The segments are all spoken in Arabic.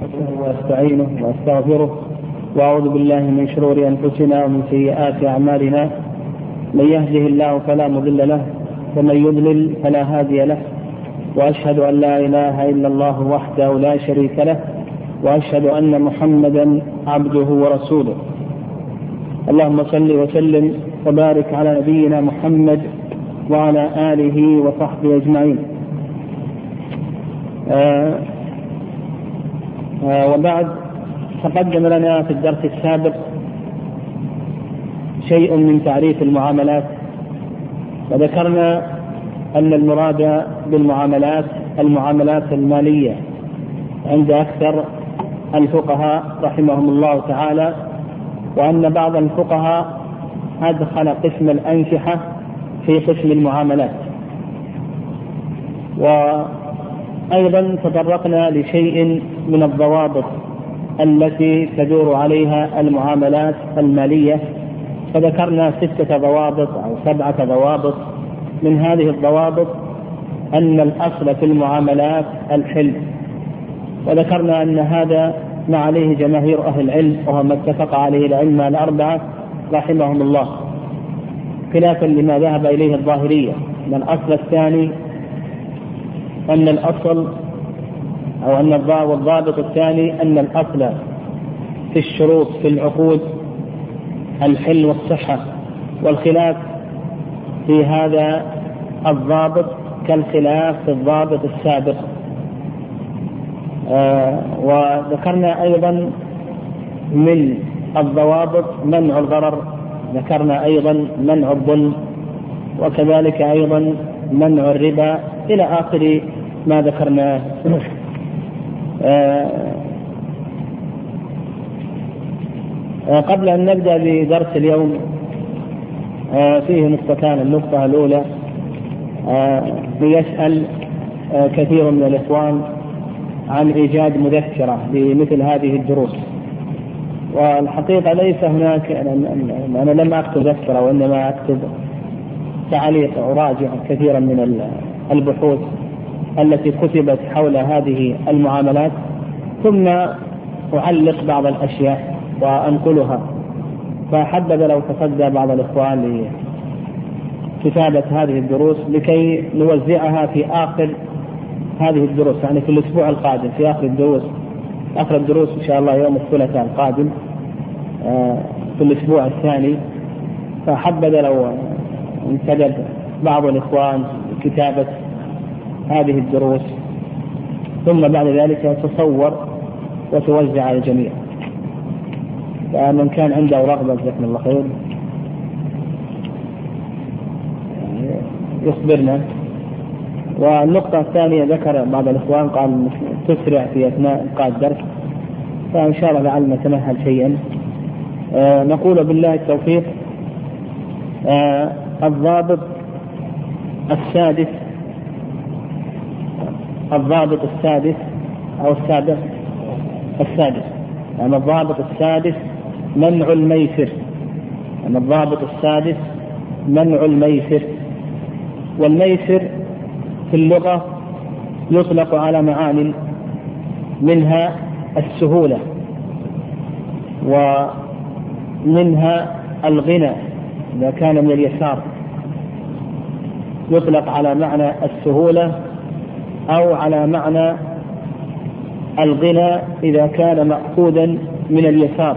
واستعينه واستغفره واعوذ بالله من شرور انفسنا ومن سيئات اعمالنا. من يهده الله فلا مضل له ومن يضلل فلا هادي له، واشهد ان لا اله الا الله وحده لا شريك له، واشهد ان محمدا عبده ورسوله. اللهم صل وسلم وبارك على نبينا محمد وعلى آله وصحبه أجمعين. وبعد، تقدم لنا في الدرس السابق شيء من تعريف المعاملات، وذكرنا أن المراد بالمعاملات المعاملات المالية عند أكثر الفقهاء رحمهم الله تعالى، وأن بعض الفقهاء أدخل قسم الأنكحة في قسم المعاملات. وأيضا تطرقنا لشيء من الضوابط التي تدور عليها المعاملات المالية، فذكرنا 6 ضوابط أو 7 ضوابط. من هذه الضوابط أن الأصل في المعاملات الحل، وذكرنا أن هذا ما عليه جماهير أهل العلم، وهو ما اتفق عليه الأئمة الأربعة رحمهم الله، خلافا لما ذهب إليه الظاهرية. من الأصل الثاني أن الأصل أو أن الضابط الثاني أن الأصل في الشروط في العقود الحل والصحة، والخلاف في هذا الضابط كالخلاف في الضابط السابق. وذكرنا أيضا من الضوابط منع الضرر، ذكرنا أيضا منع الظلم، وكذلك أيضا منع الربا، إلى آخر ما ذكرناه. قبل أن نبدأ بدرس اليوم فيه نقطتان. النقطة الأولى، يسأل كثير من الإخوان عن إيجاد مذكرة لمثل هذه الدروس، والحقيقة ليس هناك، أنا لم أكتب مذكرة وإنما أكتب تعليق أراجع كثيرا من البحوث التي كتبت حول هذه المعاملات، ثم أعلق بعض الأشياء وأنقلها. فحبذ لو تصدى بعض الإخوان لكتابة هذه الدروس لكي نوزعها في آخر هذه الدروس، يعني في الأسبوع القادم، في آخر الدروس إن شاء الله يوم الثلاثاء القادم في الأسبوع الثاني. فحبذ لو انتدب بعض الإخوان كتابة هذه الدروس، ثم بعد ذلك تصور وتوزع على الجميع. فمن كان عنده رغبة جزاكم الله خير يخبرنا. والنقطة الثانية، ذكر بعض الإخوان قال تسرع في أثناء إلقاء الدرس، فإن شاء الله لعلنا نتمهل شيئا. نقول بالله التوفيق. الضابط السادس أو السادس، يعني الضابط السادس منع الميسر. والميسر في اللغة يطلق على معاني، منها السهولة، ومنها الغنى إذا كان من اليسار، يطلق على معنى السهولة أو على معنى الغنى إذا كان مأخوذا من اليسار.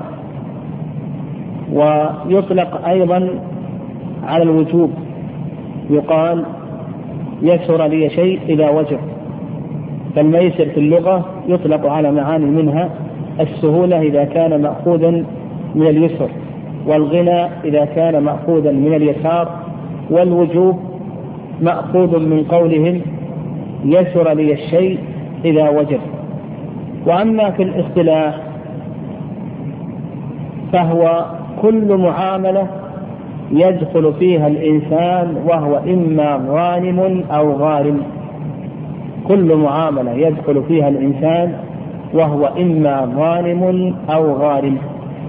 ويطلق أيضا على الوجوب، يقال يسر لي شيء إذا وجب. فالميسر في اللغة يطلق على معاني، منها السهولة إذا كان مأخوذا من اليسر، والغنى إذا كان مأخوذا من اليسار، والوجوب مأخوذ من قولهم يسر لي الشيء إذا وجب. وأما في الاصطلاح فهو كل معاملة يدخل فيها الإنسان وهو إما غانم أو غارم. كل معاملة يدخل فيها الإنسان وهو إما غانم أو غارم.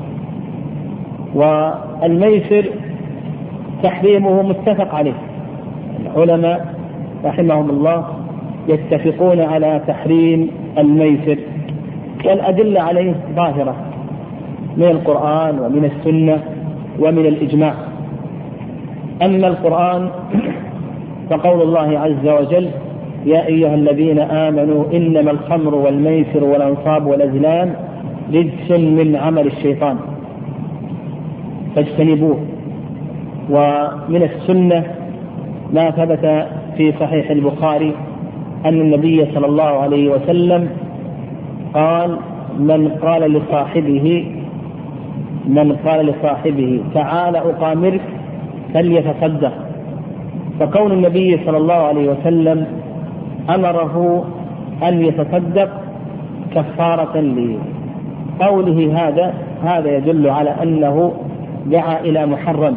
والميسر تحريمه متفق عليه، العلماء رحمهم الله يتفقون على تحريم الميسر، والأدلة عليه ظاهرة من القرآن ومن السنة ومن الإجماع. أما القرآن فقول الله عز وجل: يا أيها الذين آمنوا إنما الخمر والميسر والأنصاب والأزلام رجس من عمل الشيطان فاجتنبوه. ومن السنة ما ثبت في صحيح البخاري أن النبي صلى الله عليه وسلم قال: من قال لصاحبه تعال أقامرك فليتصدق. فكون النبي صلى الله عليه وسلم أمره أن يتصدق كفارة لقوله هذا يدل على أنه دعا إلى محرم.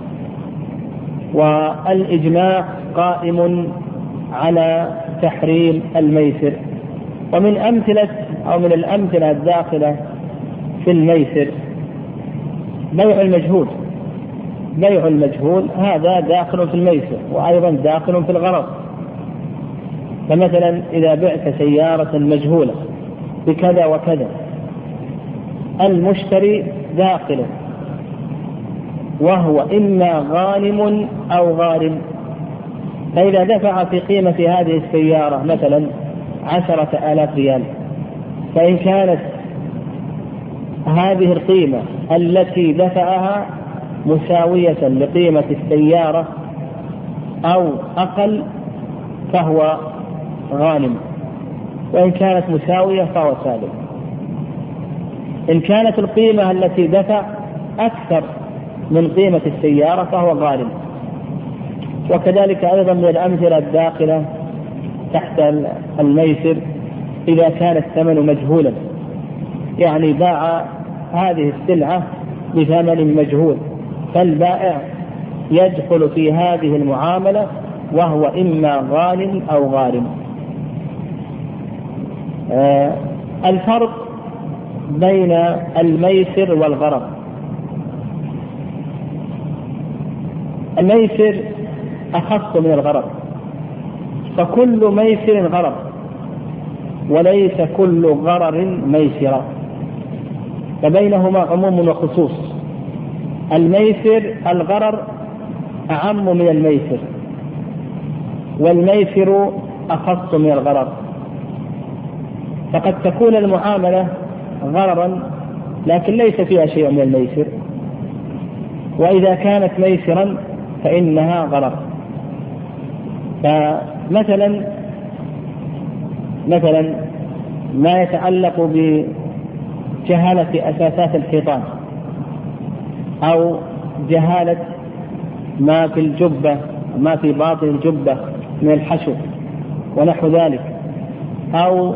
والإجماع قائم على تحريم الميسر. ومن من الأمثلة الداخلة في الميسر بيع المجهول هذا داخل في الميسر وأيضا داخل في الغرض. فمثلا إذا بعت سيارة مجهولة بكذا وكذا، المشتري داخله وهو إما غانم أو غارم، فإذا دفع في قيمة هذه السيارة مثلا 10,000 ريال، فإن كانت هذه القيمة التي دفعها مساوية لقيمة السيارة أو أقل فهو غانم، وإن كانت مساوية فهو سالم. إن كانت القيمة التي دفع أكثر من قيمة السيارة فهو غارم. وكذلك أيضا من الأمثلة الداخلة تحت الميسر إذا كان الثمن مجهولا، يعني باع هذه السلعة بثمن مجهول، فالبائع يدخل في هذه المعاملة وهو إما غانم أو غارم. الفرق بين الميسر والغرر: الميسر أخص من الغرر، فكل ميسر غرر وليس كل غرر ميسرا، فبينهما عموم وخصوص. الغرر أعم من الميسر، والميسر أخص من الغرر. فقد تكون المعاملة غررا لكن ليس فيها شيء من الميسر، وإذا كانت ميسرا فإنها غرر. فمثلا ما يتعلق بجهالة أساسات الحيطان أو جهالة ما في الجبة، ما في باطن الجبة من الحشو ونحو ذلك، أو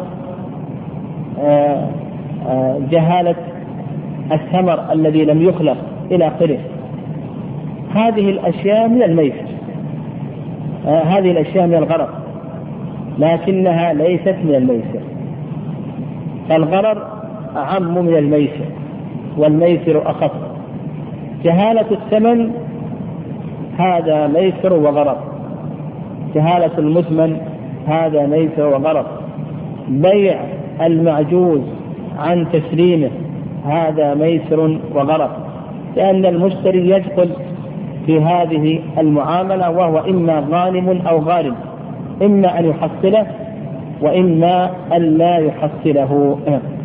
جهالة الثمر الذي لم يخلق إلى آخره، هذه الأشياء من الميسر، هذه الأشياء من الغرر لكنها ليست من الميسر. فالغرر أعم من الميسر والميسر أخف. جهالة الثمن هذا ميسر وغرر، جهالة المثمن هذا ميسر وغرر، بيع المعجوز عن تسليمه هذا ميسر وغرر، لأن المشتري يدخل في هذه المعاملة وهو إما غانم أو غارم، إما أن يحصله وإما أن لا يحصله.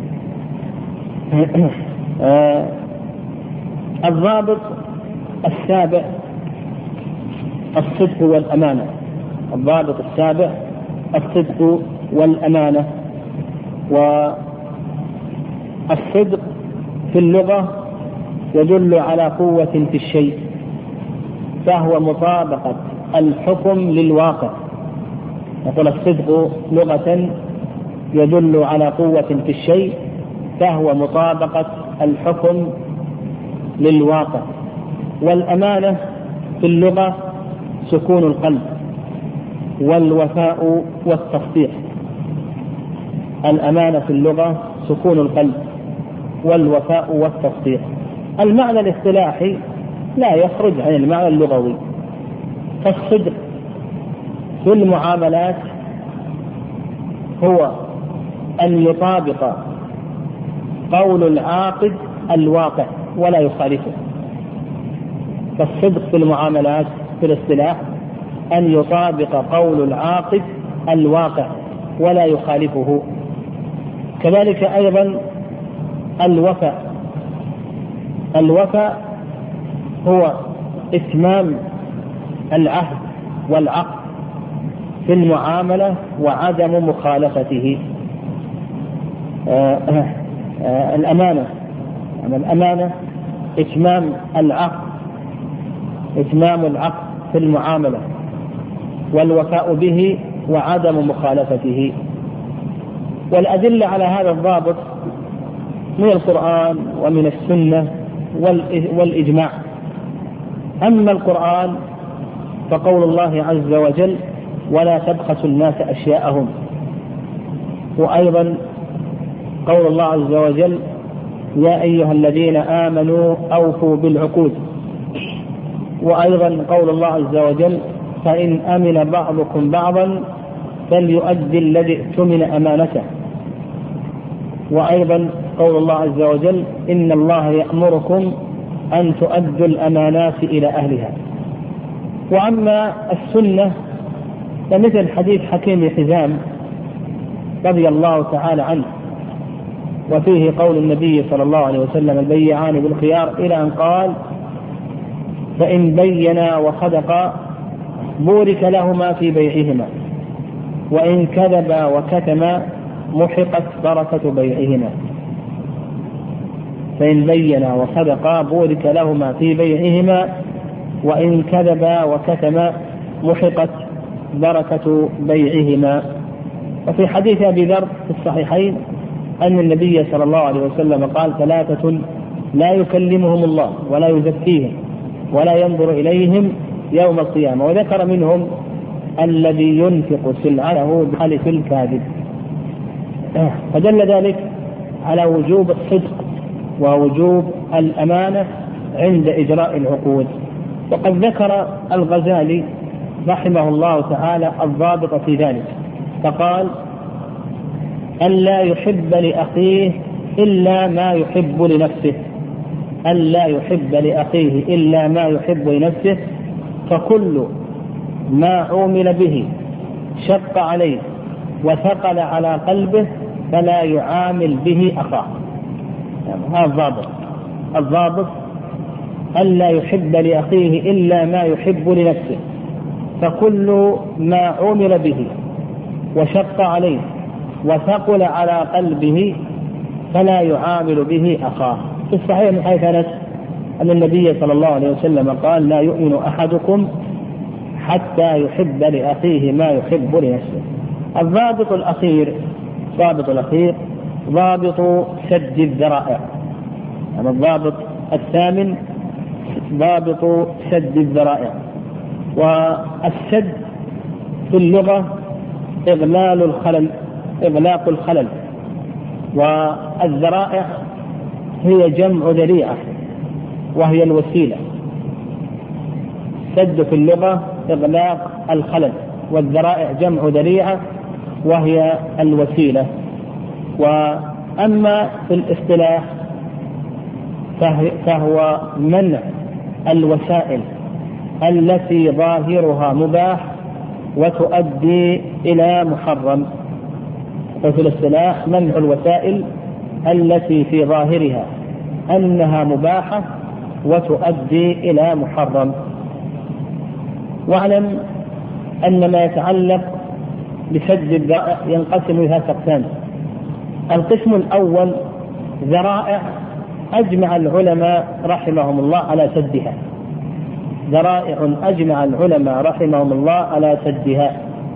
الضابط السابع الصدق والأمانة. الضابط السابع الصدق والأمانة. والصدق في اللغة يدل على قوة في الشيء، فهو مطابقة الحكم للواقع. يقول الصدق لغة يدل على قوة في الشيء، فهو مطابقة الحكم للواقع. والأمانة في اللغة سكون القلب والوفاء والتصديق. الأمانة في اللغة سكون القلب والوفاء والتصديق. المعنى الاصطلاحي لا يخرج عن المعنى اللغوي. فالصدق في المعاملات هو أن يطابق قول العاقد الواقع ولا يخالفه. فالصدق في المعاملات في الاصطلاح أن يطابق قول العاقد الواقع ولا يخالفه. كذلك أيضا الوفاء هو إتمام العهد والعقد في المعاملة وعدم مخالفته. الأمانة إتمام العقد في المعاملة والوفاء به وعدم مخالفته. والأدلة على هذا الضابط من القرآن ومن السنة والإجماع. أما القرآن فقول الله عز وجل ولا تبخسوا الناس أشياءهم، وأيضا قول الله عز وجل يا أيها الذين آمنوا أوفوا بالعقود، وأيضا قول الله عز وجل فإن أمن بعضكم بعضا فليؤدي الذي اؤتمن أمانته، وأيضا قول الله عز وجل إن الله يأمركم أن تؤدوا الأمانات إلى أهلها. وأما السنة فمثل حديث حكيم بن حزام رضي الله تعالى عنه، وفيه قول النبي صلى الله عليه وسلم البيعان بالخيار إلى أن قال فإن بينا وصدقا بورك لهما في بيعهما وإن كذبا وكتما محقت بركة بيعهما. فإن بينا وصدقا بورك لهما في بيعهما وإن كذبا وكتما محقت بركة بيعهما. وفي حديث أبي ذر في الصحيحين أن النبي صلى الله عليه وسلم قال ثلاثة لا يكلمهم الله ولا يزكيهم ولا ينظر إليهم يوم القيامة، وذكر منهم الذي ينفق سلعته بحلف الكاذب. فدل ذلك على وجوب الصدق ووجوب الأمانة عند إجراء العقود. وقد ذكر الغزالي رحمه الله تعالى الضابط في ذلك فقال ألا يحب لأخيه إلا ما يحب لنفسه، ألا يحب لأخيه إلا ما يحب لنفسه، فكل ما عومل به شق عليه وثقل على قلبه فلا يعامل به أخاه. هذا الضابط ألا يحب لأخيه إلا ما يحب لنفسه، فكل ما عومل به وشق عليه وثقل على قلبه فلا يعامل به أخاه. في الصحيح من حيث أنس أن النبي صلى الله عليه وسلم قال لا يؤمن أحدكم حتى يحب لأخيه ما يحب لنفسه. الضابط الأخير ضابط سد الذرائع. الضابط الثامن ضابط سد الذرائع. والسد في اللغة إغلاق الخلل، والذرائع هي جمع ذريعة وهي الوسيلة. سد في اللغة إغلاق الخلل، والذرائع جمع ذريعة وهي الوسيلة. وأما في الاصطلاح فهو منع الوسائل التي ظاهرها مباح وتؤدي إلى محرم. وفي الاصطلاح منع الوسائل التي في ظاهرها أنها مباحة وتؤدي إلى محرم. واعلم أن ما يتعلق بسد الذرائع ينقسم إلى أقسام. القسم الأول ذرائع أجمع العلماء رحمهم الله على سدها، ذرائع أجمع العلماء رحمهم الله على سدها،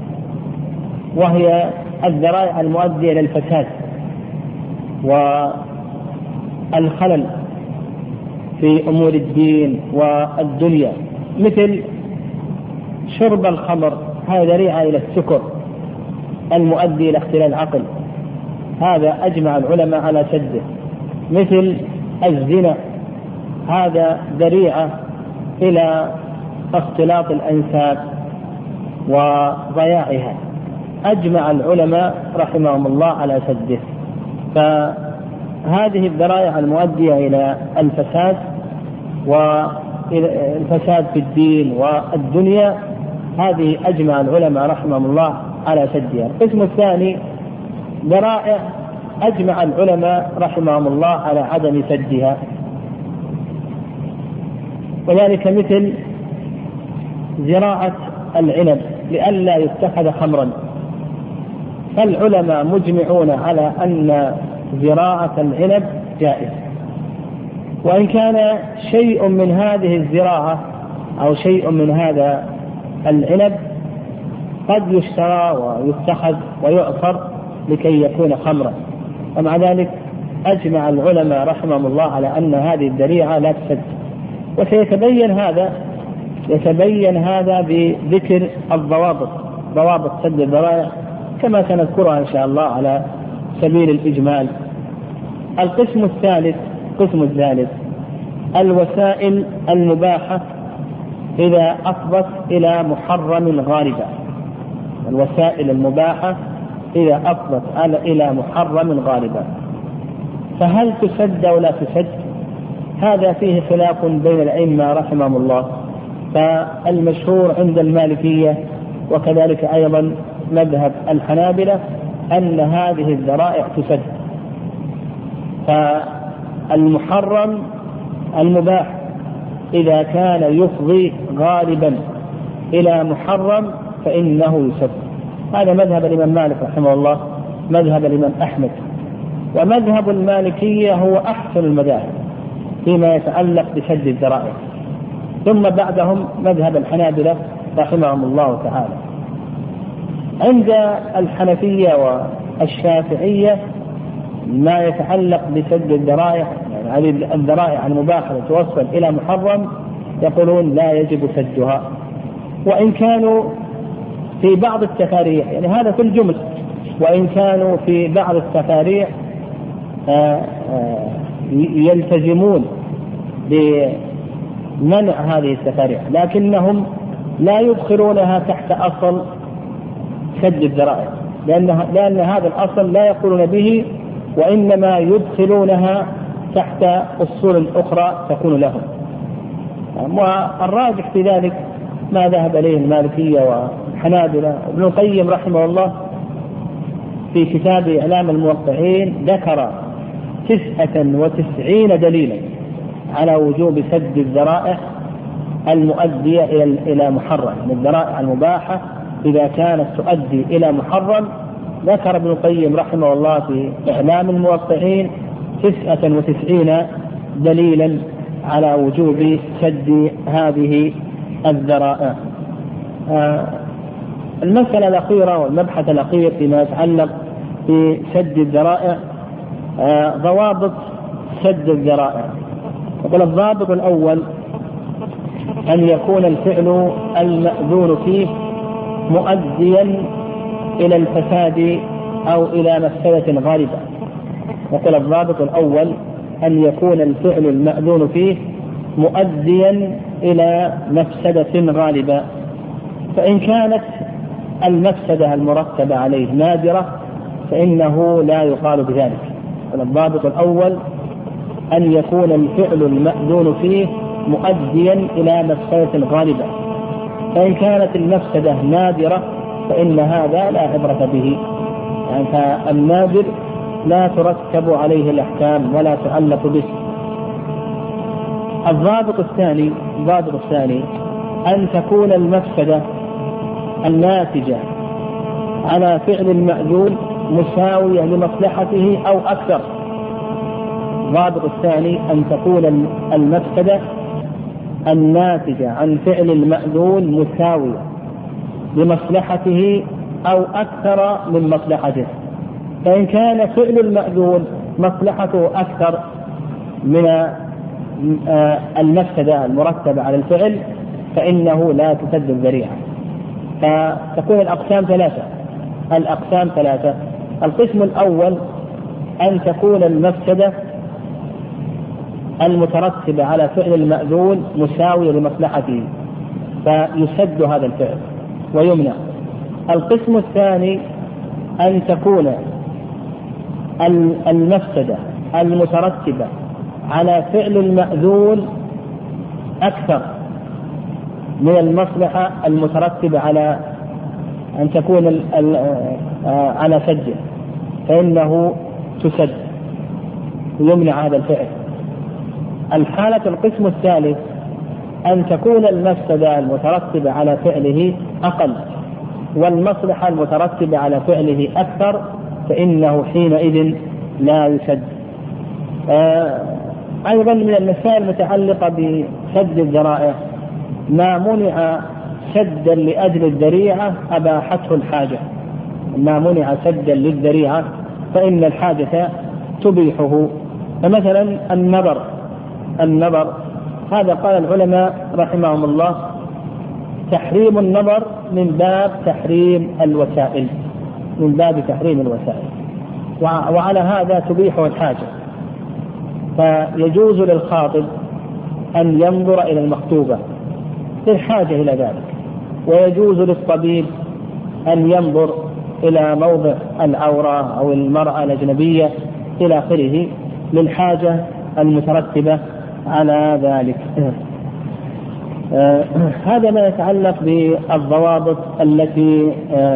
وهي الذرائع المؤدية إلى الفساد والخلل في أمور الدين والدنيا، مثل شرب الخمر، هذا ذريعة إلى السكر المؤدي إلى اختلال العقل، هذا أجمع العلماء على سده. مثل الزنا، هذا ذريعة إلى اختلاط الأنساب وضياعها، أجمع العلماء رحمهم الله على سده. هذه الذرائع المؤدية إلى الفساد والفساد في الدين والدنيا، هذه أجمع العلماء رحمهم الله على سدها. القسم الثاني ذرائع أجمع العلماء رحمهم الله على عدم سدها، وذلك مثل زراعة العنب لئلا يتخذ خمرا، فالعلماء مجمعون على أن زراعة العنب جائز، وإن كان شيء من هذه الزراعة أو شيء من هذا العنب قد يشترى ويتخذ ويعصر لكي يكون خمرا، ومع ذلك أجمع العلماء رحمهم الله على أن هذه الذريعة لا تسد. وسيتبين هذا بذكر ضوابط سد الذرائع كما سنذكرها إن شاء الله على سبيل الإجمال. القسم الثالث الوسائل المباحة إذا أفضت إلى محرم غالبا. الوسائل المباحة إذا أفضت إلى محرم غالبا، فهل تسد أو لا تسد؟ هذا فيه خلاف بين الأئمة رحمهم الله، فالمشهور عند المالكية وكذلك أيضا مذهب الحنابلة أن هذه الذرائع تسد. فالمحرم المباح إذا كان يفضي غالبا إلى محرم فإنه يسد. هذا مذهب الإمام مالك رحمه الله، مذهب الإمام أحمد، ومذهب المالكية هو أحسن المذاهب فيما يتعلق بسد الذرائع، ثم بعدهم مذهب الحنابلة رحمهم الله تعالى. عند الحنفية والشافعية ما يتعلق بسد الذرائع، يعني الذرائع المباحة توصل إلى محرم، يقولون لا يجب سدها، وإن كانوا في بعض التفاريع، يعني هذا في الجمل، وإن كانوا في بعض التفاريع يلتزمون بمنع هذه التفاريع، لكنهم لا يدخلونها تحت أصل سد الذرائع، لأن هذا الأصل لا يقولون به، وإنما يدخلونها تحت أصول أخرى تكون لهم. والراجح في ذلك ما ذهب إليه المالكية والحنابلة. ابن القيم رحمه الله في كتاب إعلام الموقعين ذكر 99 دليلا على وجوب سد الذرائع المؤدية إلى محرم. الذرائع المباحة إذا كانت تؤدي إلى محرم، ذكر ابن القيم رحمه الله في إعلام الموقعين 99 دليلا على وجوب سد هذه الذرائع. المسألة الأخيرة والمبحث الأخير فيما يتعلق بسد الذرائع ضوابط سد الذرائع. يقول الضابط الأول أن يكون الفعل المأذون فيه مؤديا إلى الفساد أو إلى مفسدة غالبة. يقول الضابط الأول أن يكون الفعل المأذون فيه مؤديا إلى مفسدة غالبة، فإن كانت المفسدة المرتبة عليه نادرة فإنه لا يقال بذلك. الضابط الأول أن يكون الفعل المأذون فيه مؤديا إلى مفسدة غالبة، فإن كانت المفسدة نادرة فإن هذا لا عبرة به، يعني فالنادر لا ترتب عليه الأحكام ولا تعلق به. الضابط الثاني أن تكون المفسدة الناتجة على فعل المأذون مساوية لمصلحته أو أكثر. الضابط الثاني أن تكون المفسدة الناتجة عن فعل المأذون مساوية لمصلحته أو أكثر من مصلحته، فإن كان فعل المأذون مصلحته أكثر من المفسدة المرتبة على الفعل فإنه لا تسد الذريعة. فتكون الأقسام ثلاثة. القسم الأول أن تكون المفسدة المترتبة على فعل المأذون مساوية لمصلحته فيسد هذا الفعل ويمنع. القسم الثاني أن تكون المفسدة المترتبة على فعل المأذون أكثر من المصلحة المترتبة على أن تكون على سده، فإنه تسد ويمنع هذا الفعل. الحالة القسم الثالث أن تكون المفسدة المترتبة على فعله أقل والمصلحة المترتبة على فعله أكثر، فإنه حينئذ لا يسد. أيضا من المسائل المتعلقة بسد الذرائع ما منع سدا لأجل الذريعة أباحته الحاجة، ما منع سدا للذريعة فإن الحاجة تبيحه. فمثلا النظر هذا قال العلماء رحمهم الله تحريم النظر من باب تحريم الوسائل، من باب تحريم الوسائل، وعلى هذا تبيحه الحاجة، فيجوز للخاطب أن ينظر إلى المخطوبة للحاجة إلى ذلك، ويجوز للطبيب أن ينظر إلى موضع العورة أو المرأة الأجنبية إلى آخره للحاجة المترتبة على ذلك. هذا ما يتعلق بالضوابط التي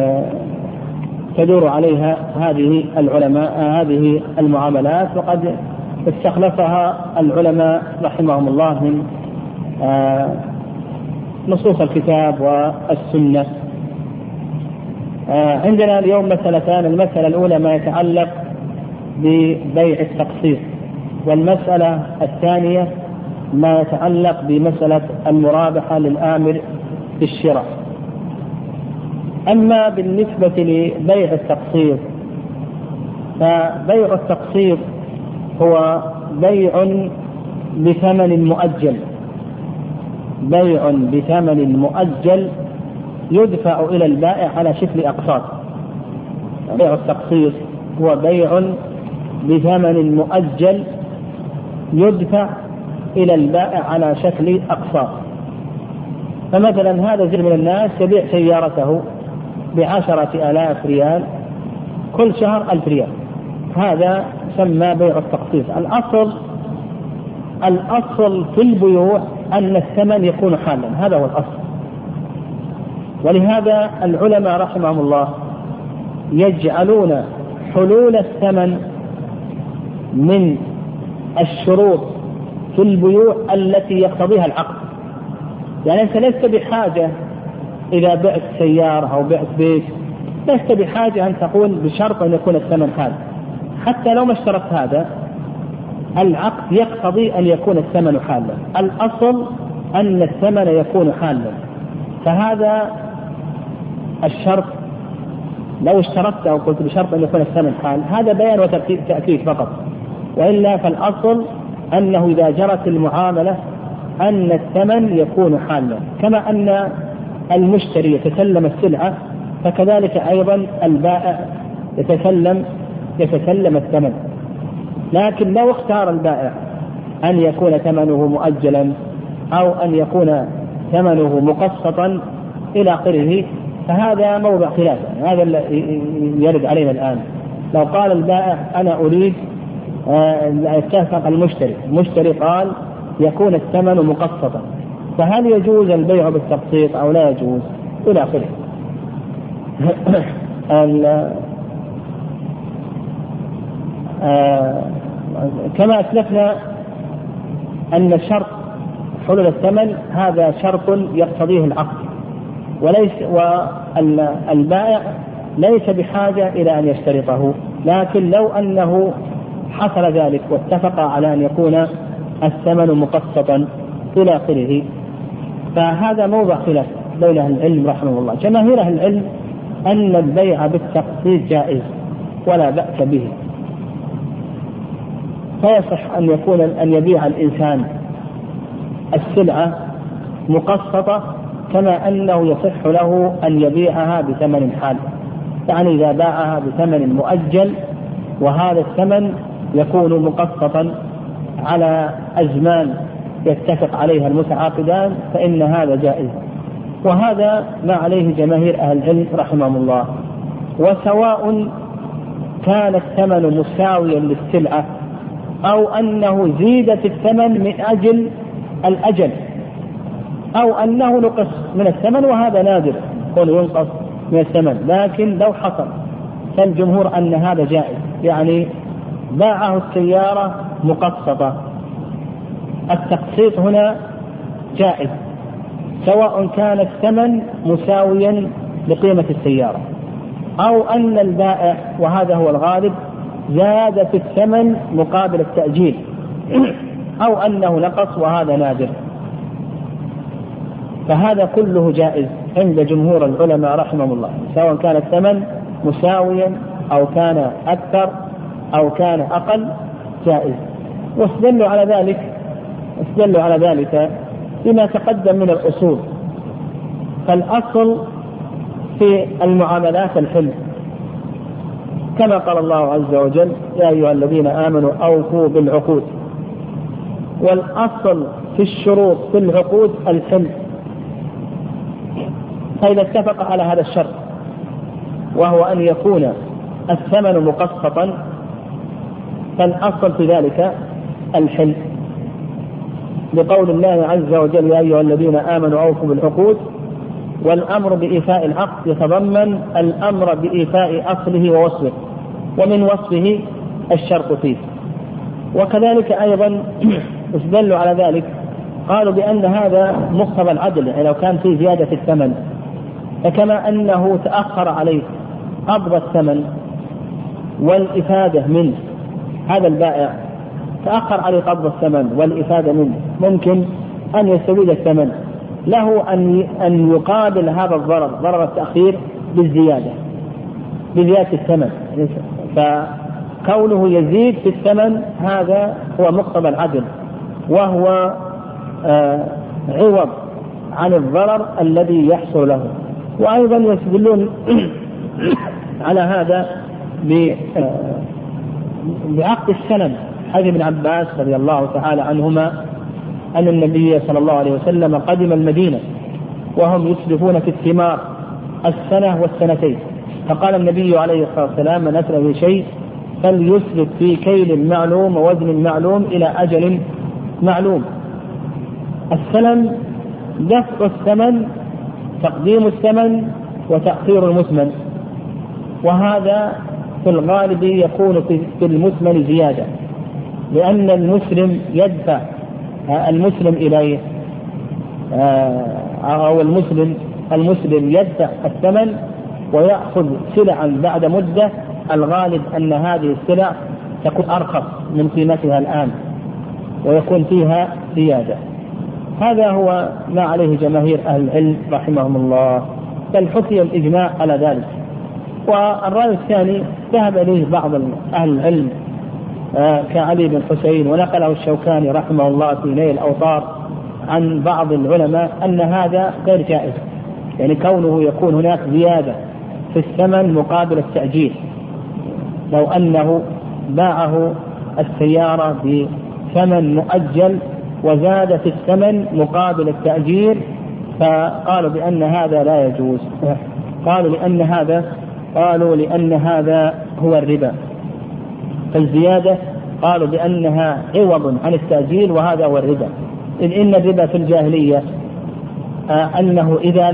تدور عليها هذه العلماء هذه المعاملات، وقد استخلصها العلماء رحمهم الله من نصوص الكتاب والسنة. عندنا اليوم مسألتان، المسألة الأولى ما يتعلق ببيع التقسيط، والمسألة الثانية ما يتعلق بمسألة المرابحة للآمر بالشراء. أما بالنسبة لبيع التقسيط فبيع التقسيط هو بيع بثمن مؤجل، بيع بثمن مؤجل يدفع إلى البائع على شكل أقساط. بيع التقسيط هو بيع بثمن مؤجل يدفع إلى البائع على شكل أقساط. فمثلا هذا زر من الناس يبيع سيارته ب10,000 ريال، كل شهر 1000 ريال، هذا يسمى بيع التقسيط. الأصل في البيوع أن الثمن يكون حالا، هذا هو الأصل. ولهذا العلماء رحمهم الله يجعلون حلول الثمن من الشروط في البيوع التي يقتضيها العقد. يعني أنت لست بحاجة إذا بعت سيارة أو بعت بيت، لست بحاجة أن تقول بشرط أن يكون الثمن حال، حتى لو ما اشترط هذا العقد يقتضي أن يكون الثمن حالا. الأصل أن الثمن يكون حالا، فهذا الشرط لو اشترطت أو قلت بشرط أن يكون الثمن حال هذا بيان وتأكيد فقط، وإلا فالأصل أنه إذا جرت المعاملة أن الثمن يكون حالا، كما أن المشتري يتسلم السلعة فكذلك أيضا البائع يتسلم الثمن. لكن لو اختار البائع أن يكون ثمنه مؤجلا أو أن يكون ثمنه مقسطا إلى آخره فهذا موضع خلاف، هذا يرد علينا الآن. لو قال البائع أنا أريد اتفق المشتري قال يكون الثمن مقسطا، فهل يجوز البيع بالتقسيط أو لا يجوز إلى آخره. كما أسلفنا أن شرط حلول الثمن هذا شرط يقتضيه العقد، والبائع ليس بحاجة إلى أن يشترطه، لكن لو أنه حصل ذلك واتفق على أن يكون الثمن مقسطا إلى آخره فهذا موضع خلاف بين أهل العلم رحمه الله. جماهير أهل العلم أن البيع بالتقسيط جائز ولا بأس به، فيصح أن يبيع الإنسان السلعة مقسطة كما أنه يصح له أن يبيعها بثمن حال. يعني إذا باعها بثمن مؤجل وهذا الثمن يكون مقسطا على أزمان يتفق عليها المتعاقدان فإن هذا جائز، وهذا ما عليه جماهير أهل العلم رحمهم الله. وسواء كان الثمن مساويا للسلعة أو أنه زيد في الثمن من أجل الأجل، أو أنه نقص من الثمن، وهذا نادر يكون ينقص من الثمن. لكن لو حصل فالجمهور أن هذا جائز، يعني باعه السيارة مقسطة، التقسيط هنا جائز سواء كان الثمن مساويا لقيمة السيارة، أو أن البائع وهذا هو الغالب زاد في الثمن مقابل التأجيل، أو أنه نقص وهذا نادر. فهذا كله جائز عند جمهور العلماء رحمهم الله، سواء كان الثمن مساويا أو كان أكثر أو كان أقل جائز. واستدلوا على ذلك بما تقدم من الأصول. فالأصل في المعاملات الحل، كما قال الله عز وجل: يا أيها الذين آمنوا أوفوا بالعقود. والأصل في الشروط في العقود الحل. فإذا اتفق على هذا الشرط، وهو أن يكون الثمن مقسطا، فالأصل في ذلك الحل، لقول الله عز وجل: يا أيها الذين آمنوا أوفوا بالعقود. والأمر بإيفاء العقد يتضمن الأمر بإيفاء أصله ووصفه، ومن وصفه الشرط فيه. وكذلك أيضا استدلوا على ذلك، قالوا بأن هذا مقتضى العدل، يعني لو كان في زيادة في الثمن، فكما أنه تأخر عليه قبض الثمن والإفادة منه، هذا البائع تأخر عليه قبض الثمن والإفادة منه، ممكن أن يستويد الثمن، له أن يقابل هذا الضرر، ضرر التأخير، بزيادة الثمن. فكونه يزيد في الثمن هذا هو مقتضى العدل، وهو عوض عن الضرر الذي يحصل له. وأيضا يستدلون على هذا بعقد السلم، حديث ابن عباس رضي الله تعالى عنهما أن النبي صلى الله عليه وسلم قدم المدينة وهم يسلفون في الثمار السنة والسنتين، فقال النبي عليه الصلاة والسلام: من أسلف شيء فليسلف في كيل معلوم ووزن معلوم إلى أجل معلوم. السلم دفع الثمن، تقديم الثمن وتأخير المثمن، وهذا في الغالب يكون في المثمن زيادة، لأن المسلم يدفع المسلم إليه، أو المسلم يدفع الثمن ويأخذ سلعا بعد مدة، الغالب أن هذه السلع تكون أرخص من قيمتها الآن ويكون فيها زيادة. هذا هو ما عليه جماهير أهل العلم رحمهم الله، بل حكي الإجماع على ذلك. والرأي الثاني ذهب إليه بعض أهل العلم كعلي بن حسين، ونقله الشوكاني رحمه الله في نيل الأوطار عن بعض العلماء أن هذا غير جائز، يعني كونه يكون هناك زيادة في الثمن مقابل التأجيل. لو أنه باعه السيارة بثمن مؤجل وزاد في الثمن مقابل التأجير، فقالوا بأن هذا لا يجوز. قالوا لأن هذا هو الربا. فالزيادة قالوا بأنها عوض عن التأجيل، وهذا هو الربا. إذ إن الربا في الجاهلية أنه إذا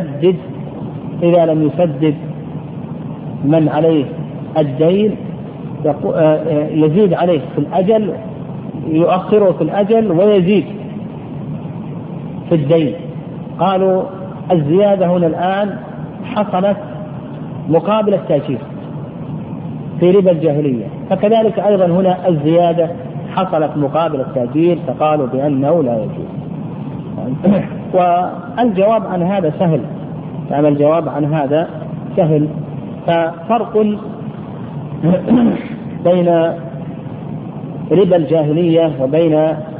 لم يسدد من عليه الدين يزيد عليه في الأجل، يؤخره في الأجل ويزيد في الدين. قالوا الزيادة هنا الآن حصلت مقابل التأجيل في ربا الجاهلية، فكذلك أيضا هنا الزيادة حصلت مقابل التأجيل، فقالوا بأنه لا يجوز. والجواب عن هذا سهل، يعني الجواب عن هذا سهل. ففرق بين ربا الجاهلية وبين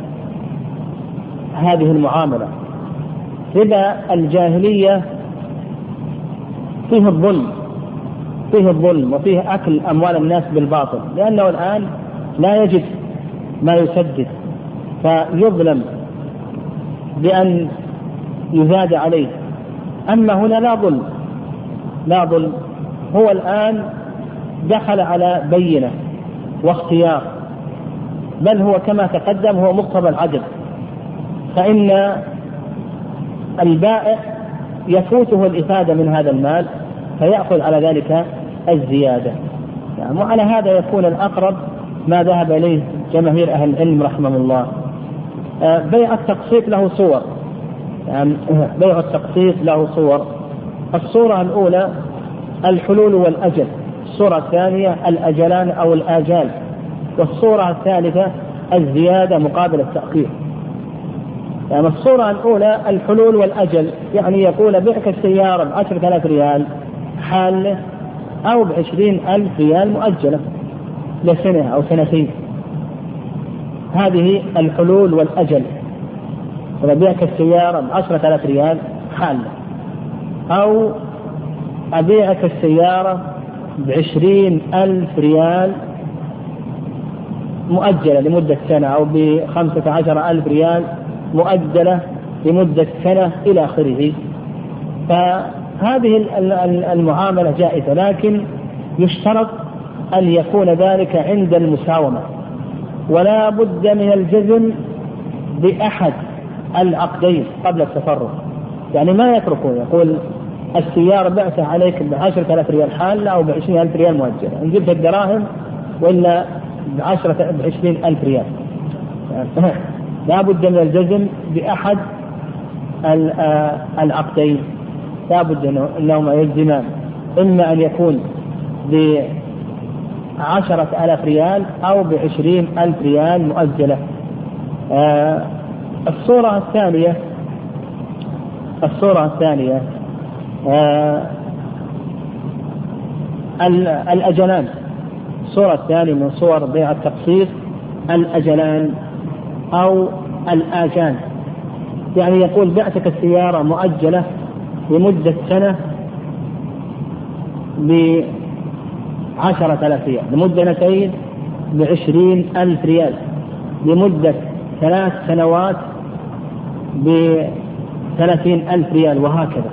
هذه المعاملة. ربا الجاهلية فيه الظلم وفيه أكل أموال الناس بالباطل، لأنه الآن لا يجد ما يسدد فيظلم بأن يزاد عليه. أما هنا لا ظلم، هو الآن دخل على بينة واختيار، بل هو كما تقدم هو مقتضى العدل، فإن البائع يفوته الإفادة من هذا المال فيأخذ على ذلك الزيادة. يعني وعلى هذا يكون الأقرب ما ذهب إليه جماهير أهل العلم رحمه الله. بيع التقسيط له صور، يعني بيع التقسيط له صور. الصورة الأولى الحلول والأجل، الصورة الثانية الأجلان أو الآجال، والصورة الثالثة الزيادة مقابل التأخير. يعني الصورة الأولى الحلول والأجل، يعني يقول بعك السيارة ب10,000 ريال حالة أو ب20,000 ريال مؤجلة لسنة أو سنتين، هذه الحلول والأجل. فبيعك السيارة ب10,000 ريال حالة، أو أبيعك السيارة ب20,000 ريال مؤجلة لمدة سنة، أو ب15,000 ريال مؤجلة لمدة سنة إلى آخره. فهذه المعاملة جائزة، لكن يشترط أن يكون ذلك عند المساومة، ولا بد من الجزم بأحد العقدين قبل التفرق. يعني ما يتركون يقول السيارة بعتها عليك ب10,000 ريال حالة أو ب20,000 ريال مؤجلة، إن جبت الدراهم وإلا ب20,000 ريال. لا بد من الجزم بأحد العقدين، لا بد أنهما يجزمان، إما أن يكون ب10,000 ريال أو ب20,000 ريال مؤجلة. الصورة الثانية الأجلان. الصورة الثانية من صور بيع التقسيط الأجلان أو الآجال، يعني يقول بعتك السيارة مؤجلة لمدة سنة ب10,000 ريال، لمدة سنتين ب20,000 ريال، لمدة 3 سنوات ب30,000 ريال، وهكذا.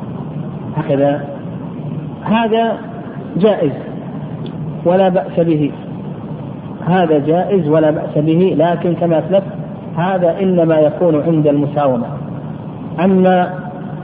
هذا جائز ولا بأس به، هذا جائز ولا بأس به، لكن كما أسلفت هذا إنما يكون عند المساومة. أما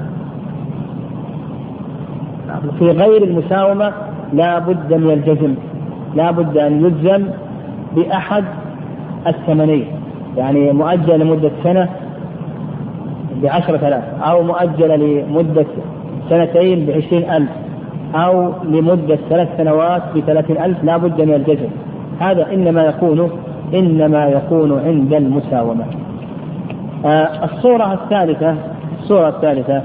في غير المساومة لا بد من الجزم، لا بد أن يجزم بأحد الثمنين، يعني مؤجل لمدة سنة ب10,000، أو مؤجل لمدة سنتين ب20,000، أو لمدة 3 سنوات ب30,000، لا بد من الجزم. هذا إنما يكون عند المساومة. الصورة الثالثة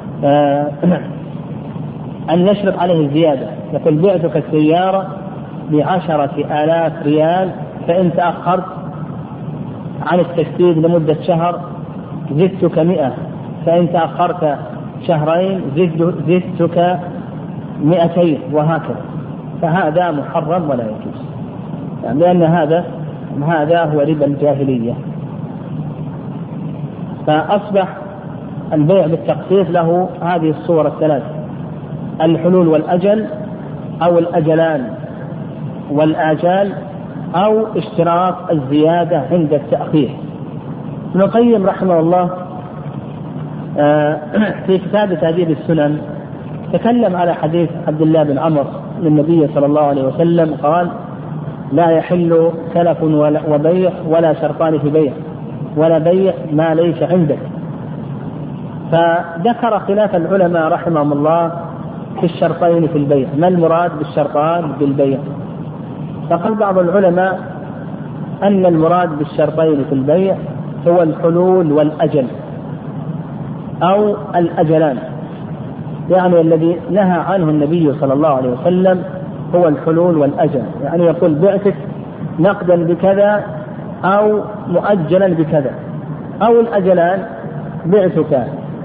أن نشرط عليه الزيادة، يقول بعتك السيارة ب10,000 ريال، فإن تأخرت عن التسديد لمدة شهر زدتك 100، فإن تأخرت شهرين زدتك 200، وهكذا. فهذا محرم ولا يجوز، يعني لأن هذا هو ربا الجاهلية. فأصبح البيع بالتقسيط له هذه الصور الثلاث: الحلول والأجل، أو الأجلان والآجال، أو اشتراط الزيادة عند التأخير. ابن القيم رحمه الله في كتاب تهذيب السنن تكلم على حديث عبد الله بن عمر للنبي صلى الله عليه وسلم قال: لا يحل سلف وبيع ولا شرطان في بيع ولا بيع ما ليس عندك. فذكر خلاف العلماء رحمهم الله في الشرطين في البيع، ما المراد بالشرطان بالبيع؟ فقال بعض العلماء أن المراد بالشرطين في البيع هو الحلول والأجل أو الأجلان، يعني الذي نهى عنه النبي صلى الله عليه وسلم هو الحلول والأجل. يعني يقول بعتك نقدا بكذا أو مؤجلا بكذا، أو الأجلان بعتك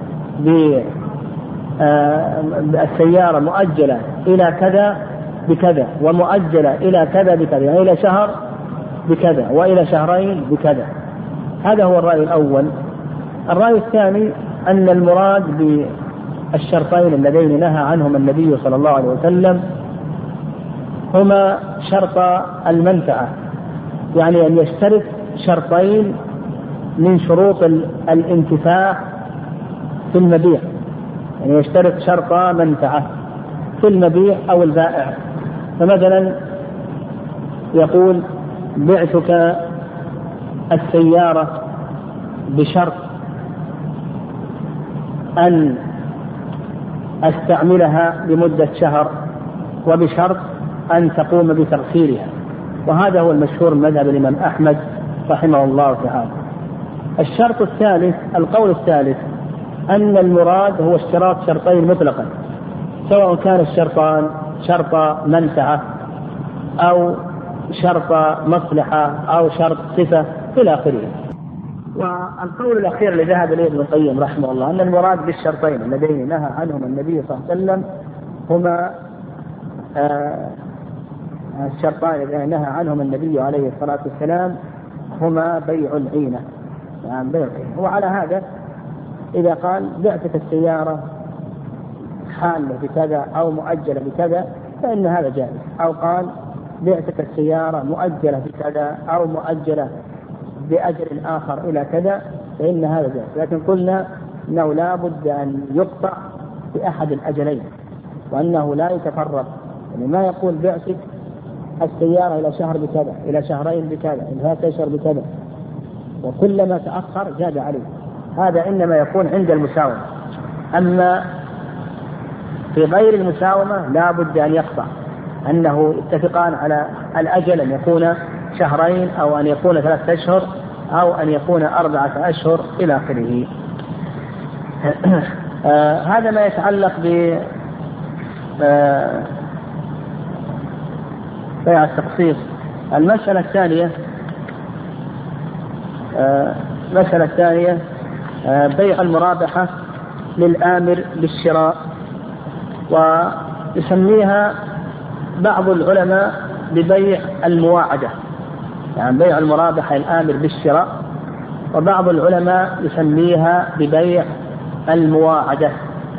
بالسيارة مؤجلة إلى كذا بكذا، ومؤجلة إلى كذا بكذا، يعني إلى شهر بكذا وإلى شهرين بكذا. هذا هو الرأي الأول. الرأي الثاني أن المراد بالشرطين اللذين نهى عنهما النبي صلى الله عليه وسلم هما شرط المنفعة يعني أن يشترط شرطين من شروط الانتفاع في المبيع، يعني يشترط شرط منفعة في المبيع أو البائع. فمثلا يقول بعتك السيارة بشرط أن أستعملها لمدة شهر، وبشرط أن تقوم بتغسيلها، وهذا هو المشهور من مذهب الإمام أحمد رحمه الله تعالى. الشرط الثالث، القول الثالث، أن المراد هو اشتراط شرطين مطلقا، سواء كان الشرطان شرط منفعة أو شرط مصلحة أو شرط صفة إلى آخره. والقول الأخير اللي ذهب إليه ابن القيم رحمه الله أن المراد بالشرطين اللذين نهى عنهم النبي صلى الله عليه وسلم هما الشرطان الذين نهى عنهم النبي عليه الصلاة والسلام هما بيع العينة، يعني بيع العينة. وعلى هذا إذا قال بعتك السيارة حالة بكذا أو مؤجلة بكذا فإن هذا جائز، أو قال بعتك السيارة مؤجلة بكذا أو مؤجلة بأجر آخر إلى كذا فإن هذا جائز. لكن قلنا أنه لا بد أن يقطع بأحد الأجلين، وأنه لا يتفرق، يعني ما يقول بعتك السيارة إلى شهر بكذا، إلى شهرين بكذا، إلى 3 أشهر بكذا، وكلما تأخر زاد عليه. هذا إنما يكون عند المساومة. أما في غير المساومة لا بد أن يقطع، أنه اتفقان على الأجل أن يكون شهرين أو أن يكون 3 أشهر أو أن يكون 4 أشهر إلى آخره. هذا ما يتعلق ب بيع التقسيط. المسألة الثانية بيع المرابحة للآمر بالشراء، ويسميها بعض العلماء ببيع المواعدة، يعني بيع المرابحة للآمر بالشراء، وبعض العلماء يسميها ببيع المواعدة،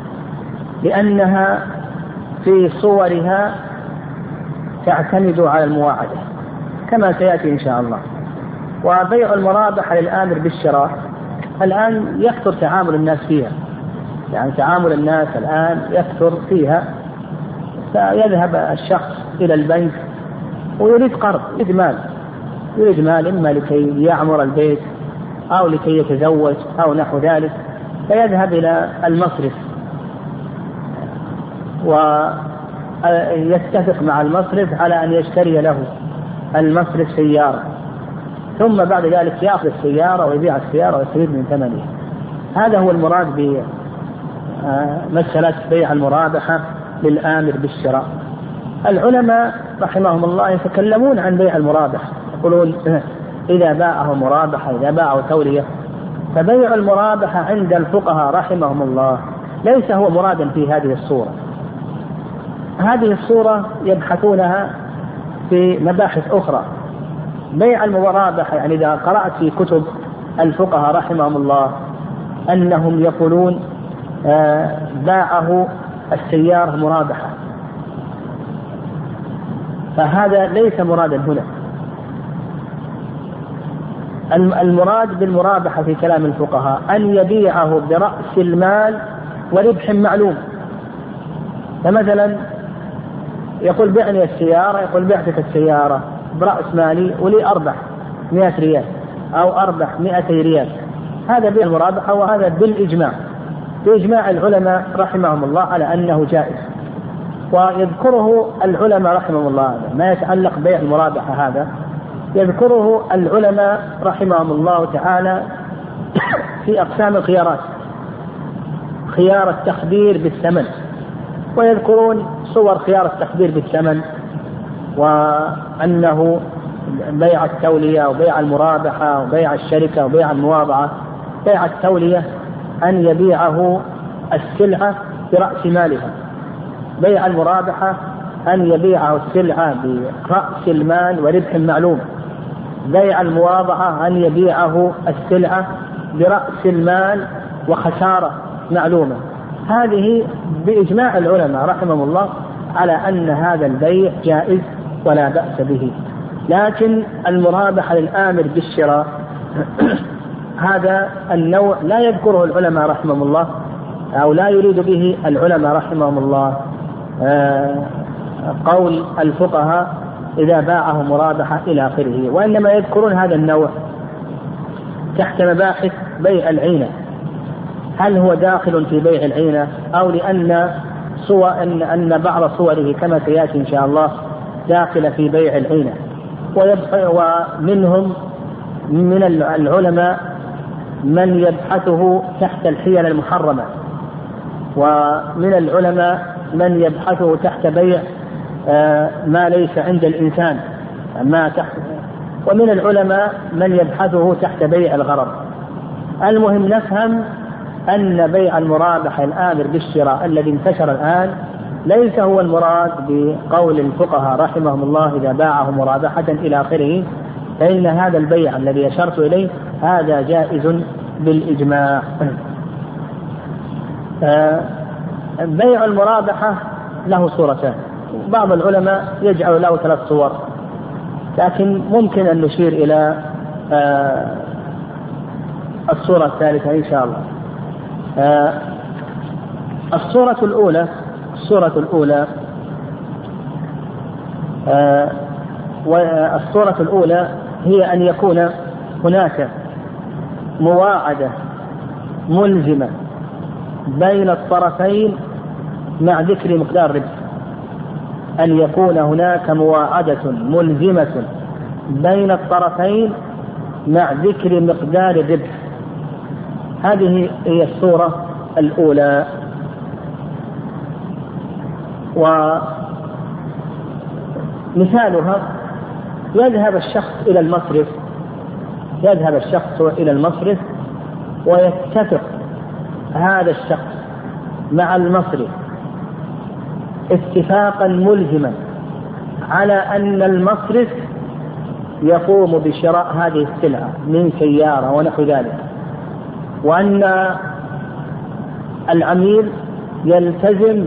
لأنها في صورها تعتمد على المواعدة كما سيأتي إن شاء الله. وبيع المرابحة للآمر بالشراء الآن يكثر تعامل الناس فيها، يعني تعامل الناس الآن يكثر فيها، فيذهب الشخص إلى البنك ويريد قرض، يريد مال إما لكي يعمر البيت أو لكي يتزوج أو نحو ذلك، فيذهب إلى المصرف ويتفق مع المصرف على أن يشتري له المصرف سيارة، ثم بعد ذلك يأخذ السيارة ويبيع السيارة ويستفيد من ثمنها. هذا هو المراد بمسألة بيع المرابحة للآمر بالشراء. العلماء رحمهم الله يتكلمون عن بيع المرابحة، يقولون إذا باعه مرابحة إذا باعه تولية. فبيع المرابحة عند الفقهاء رحمهم الله ليس هو مرادا في هذه الصورة. هذه الصورة يبحثونها في مباحث أخرى. بيع المرابحة يعني إذا قرأت في كتب الفقهاء رحمهم الله أنهم يقولون باعه السيارة مرابحة، فهذا ليس مرادا هنا. المراد بالمرابحة في كلام الفقهاء أن يبيعه برأس المال وربح معلوم. فمثلا يقول بعني السيارة، يقول بعتك السيارة برأس مالي ولي أربح 100 ريال أو أربح 200 ريال، هذا بيع المرابحة، وهذا بالإجماع بإجماع العلماء رحمهم الله على أنه جائز. ويذكره العلماء رحمهم الله ما يتعلق بيع المرابحة هذا يذكره العلماء رحمهم الله تعالى في أقسام الخيارات، خيار التخدير بالثمن، ويذكرون صور خيار التخدير بالثمن، وأنه بيع التولية وبيع المرابحة وبيع الشركة وبيع المواضعة. بيع التولية أن يبيعه السلعة برأس مالها، بيع المرابحة أن يبيعه السلعة برأس المال وربح معلوم، بيع المواضعة أن يبيعه السلعة برأس المال وخسارة معلومة. هذه بإجماع العلماء رحمهم الله على أن هذا البيع جائز ولا بأس به، لكن المرابحة للآمر بالشراء هذا النوع لا يذكره العلماء رحمهم الله، أو لا يريد به العلماء رحمهم الله قول الفقهاء إذا باعه مرابحة إلى آخره، وإنما يذكرون هذا النوع تحت مباحث بيع العينة، هل هو داخل في بيع العينة أو لأن أن بعض صوره كما سيأتي إن شاء الله داخل في بيع العينة. ومنهم من العلماء من يبحثه تحت الحيل المحرمة، ومن العلماء من يبحثه تحت بيع ما ليس عند الإنسان ومن العلماء من يبحثه تحت بيع الغرض. المهم نفهم أن بيع المرابحة الآمر بالشراء الذي انتشر الآن ليس هو المراد بقول الفقهاء رحمهم الله إذا باعه مرابحة إلى آخره، فإن هذا البيع الذي أشرت إليه هذا جائز بالإجماع. بيع المرابحة له صورتان، بعض العلماء يجعل له 3 صور، لكن ممكن أن نشير إلى الصورة الثالثة إن شاء الله. الصورة الأولى هي أن يكون هناك مواعدة ملزمة بين الطرفين مع ذكر مقدار ربح، أن يكون هناك مواعدة ملزمة بين الطرفين مع ذكر مقدار الربح. هذه هي الصورة الأولى. ومثالها يذهب الشخص إلى المصرف ويتفق هذا الشخص مع المصرف اتفاقا ملزما على أن المصرف يقوم بشراء هذه السلعة من سيارة ونحو ذلك، وأن العميل يلتزم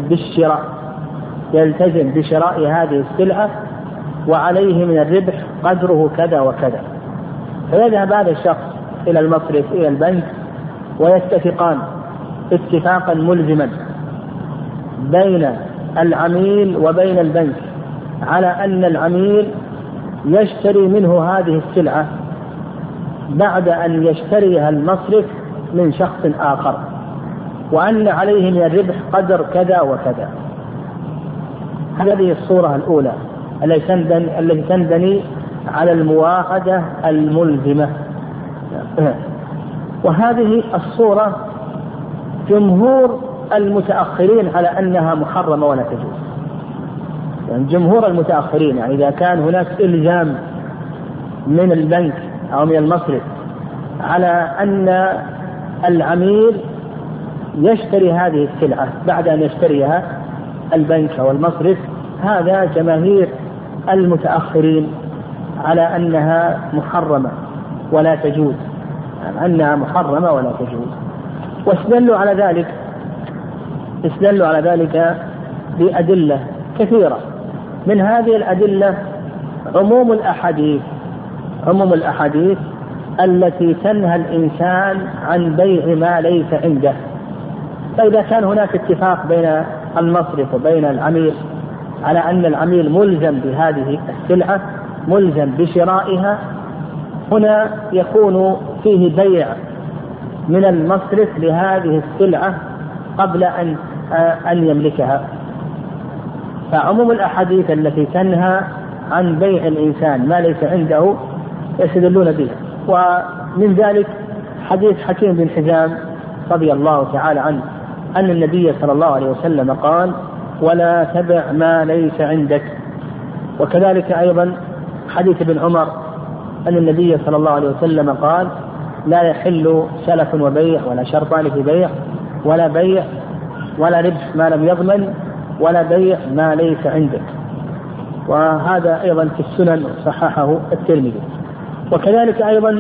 بشراء هذه السلعة وعليه من الربح قدره كذا وكذا. فيذهب هذا الشخص إلى المصرف إلى البنك ويتفقان اتفاقا ملزما بين العميل وبين البنك على أن العميل يشتري منه هذه السلعة بعد أن يشتريها المصرف من شخص آخر، وأن عليه من الربح قدر كذا وكذا. هذه الصورة الأولى التي تنبني على المواعدة الملزمة. وهذه الصورة جمهور المتأخرين على أنها محرمة ولا تجوز، يعني جمهور المتأخرين، يعني إذا كان هناك إلزام من البنك أو من المصرف على أن العميل يشتري هذه السلعة بعد أن يشتريها البنك أو المصرف، هذا جماهير المتأخرين على أنها محرمة ولا تجوز، واستدلوا على ذلك بأدلة كثيرة. من هذه الأدلة عموم الأحاديث التي تنهى الإنسان عن بيع ما ليس عنده. فإذا كان هناك اتفاق بين المصرف وبين العميل على أن العميل ملزم بهذه السلعة، ملزم بشرائها، هنا يكون فيه بيع من المصرف لهذه السلعة قبل أن يملكها. فعموم الأحاديث التي تنهى عن بيع الإنسان ما ليس عنده يستدلون بها. ومن ذلك حديث حكيم بن حزام رضي الله تعالى عنه أن النبي صلى الله عليه وسلم قال: ولا تبع ما ليس عندك. وكذلك أيضا حديث ابن عمر أن النبي صلى الله عليه وسلم قال: لا يحل سلف وبيع ولا شرطان في بيع ولا بيع ولا ربح ما لم يضمن ولا بيع ما ليس عندك. وهذا أيضا في السنن صححه الترمذي. وكذلك أيضا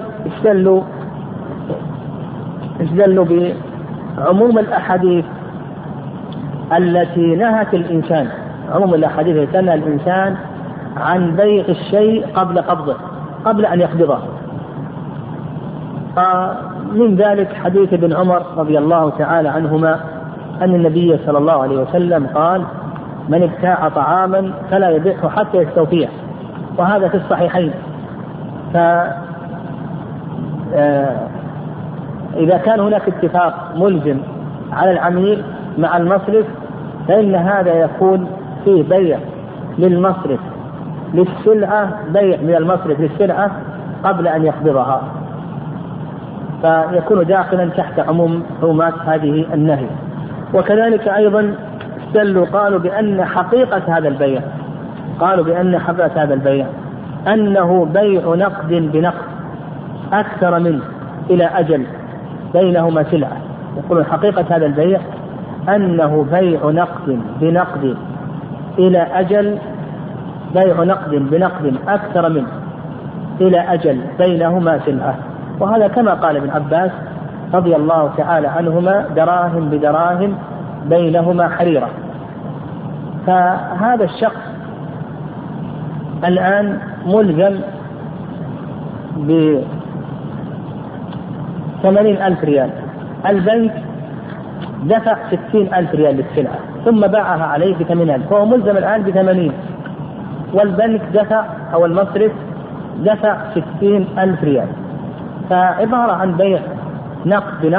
استدلوا بعموم الأحاديث التي نهت الإنسان، عموم الأحاديث التي تنهى الإنسان عن بيع الشيء قبل قبضه، قبل أن يقبضه. من ذلك حديث ابن عمر رضي الله تعالى عنهما أن النبي صلى الله عليه وسلم قال: من ابتاع طعاما فلا يبيعه حتى يستوفيه، وهذا في الصحيحين. إذا كان هناك اتفاق ملزم على العميل مع المصرف، فإن هذا يكون فيه بيع للمصرف للسلعة، بيع من المصرف للسلعة قبل أن يقبضها، فيكون داخلا تحت عموم حرمات هذه النهي. وكذلك أيضا استدلوا قالوا بأن حقيقة هذا البيع، أنه بيع نقد بنقد أكثر منه إلى أجل بينهما سلعة. يقولون حقيقة هذا البيع أنه بيع نقد بنقد إلى أجل، بيع نقد بنقد أكثر منه إلى أجل بينهما سلعة. وهذا كما قال ابن عباس رضي الله تعالى عنهما: دراهم بدراهم بينهما حريرة. فهذا الشخص الآن ملزم ب80,000 ريال، البنك دفع 60,000 ريال للسلعة ثم باعها عليه ب8,000، فهو ملزم الآن ب80، والبنك دفع أو المصرف دفع 60,000 ريال. فعبارة عن بيع نقد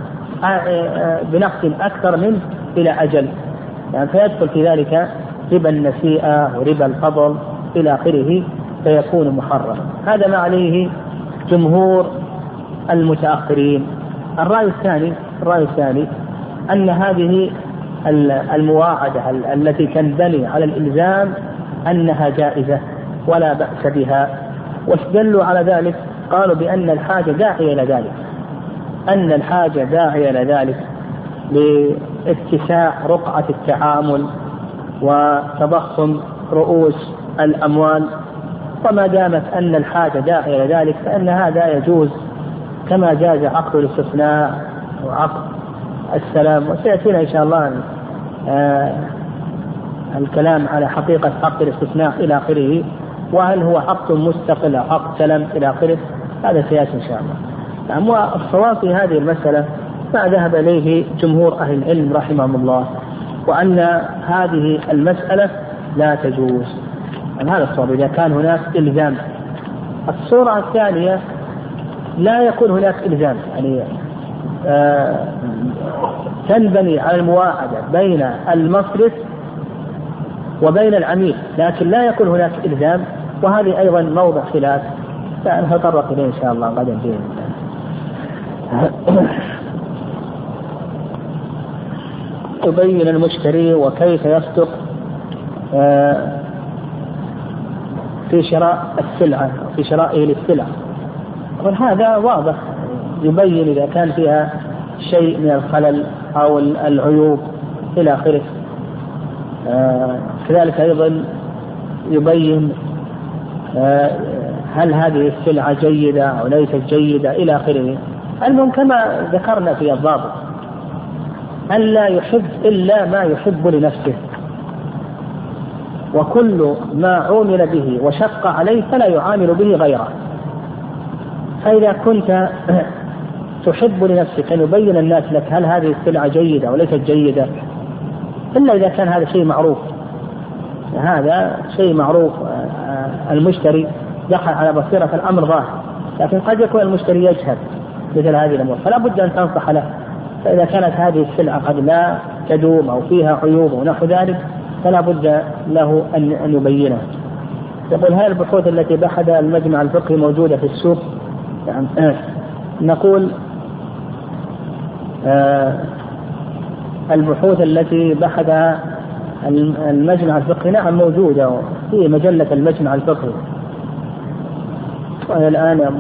بنقد أكثر منه إلى أجل، يعني فيدخل في ذلك ربا النسيئة وربا الفضل إلى آخره، فيكون محرم. هذا ما عليه جمهور المتأخرين. الرأي الثاني أن هذه المواعدة التي تنبني على الإلزام أنها جائزة ولا بأس بها، واستدلوا على ذلك قالوا بأن الحاجة داعية إلى ذلك، لاتساع رقعة التعامل وتضخم رؤوس الأموال. وما دامت أن الحاجة داعية إلى ذلك فإن هذا يجوز، كما جاز عقد الاستثناء وعقد السلام. وسيأتينا إن شاء الله الكلام على حقيقة عقد الاستثناء إلى آخره، وهل هو عقد مستقل أو عقد سلام إلى آخره، هذا سيأتي إن شاء الله. نعم. والصواب في هذه المسألة ما ذهب إليه جمهور أهل العلم رحمهم الله، وأن هذه المسألة لا تجوز. هذا الصواب إذا كان هناك إلزام. الصورة الثانية لا يكون هناك إلزام، يعني تنبني على المواعدة بين المصرف وبين العميل، لكن لا يكون هناك إلزام، وهذه أيضا موضع خلاف سنتطرق إليه إن شاء الله غدا بإذن الله. يبين المشتري وكيف يصدق في شراء السلعة، في شرائه للسلعة. وهذا واضح، يبين إذا كان فيها شيء من الخلل أو العيوب إلى آخره. كذلك أيضا يبين هل هذه السلعة جيدة أو ليست جيدة إلى آخره. المهم كما ذكرنا في الضابط أن لا يحب إلا ما يحب لنفسه، وكل ما عامل به وشق عليه فلا يعامل به غيره. فإذا كنت تحب لنفسك أن يبين الناس لك هل هذه السلعة جيدة أو ليست جيدة، إلا إذا كان هذا شيء معروف، هذا شيء معروف، المشتري دخل على بصيرة الأمر ظاهر، لكن قد يكون المشتري يجهل مثل هذه الأمور، فلا بد أن تنصح له. فإذا كانت هذه السلعة قد لا تدوم أو فيها عيوب ونحو ذلك فلا بد له أن يبينها. يقول: هل البحوث التي بحثها المجمع الفقهي موجودة في السوق؟ يعني نقول البحوث التي بحثها المجمع الفقهي نعم موجودة في مجلة المجمع الفقهي، وهي الآن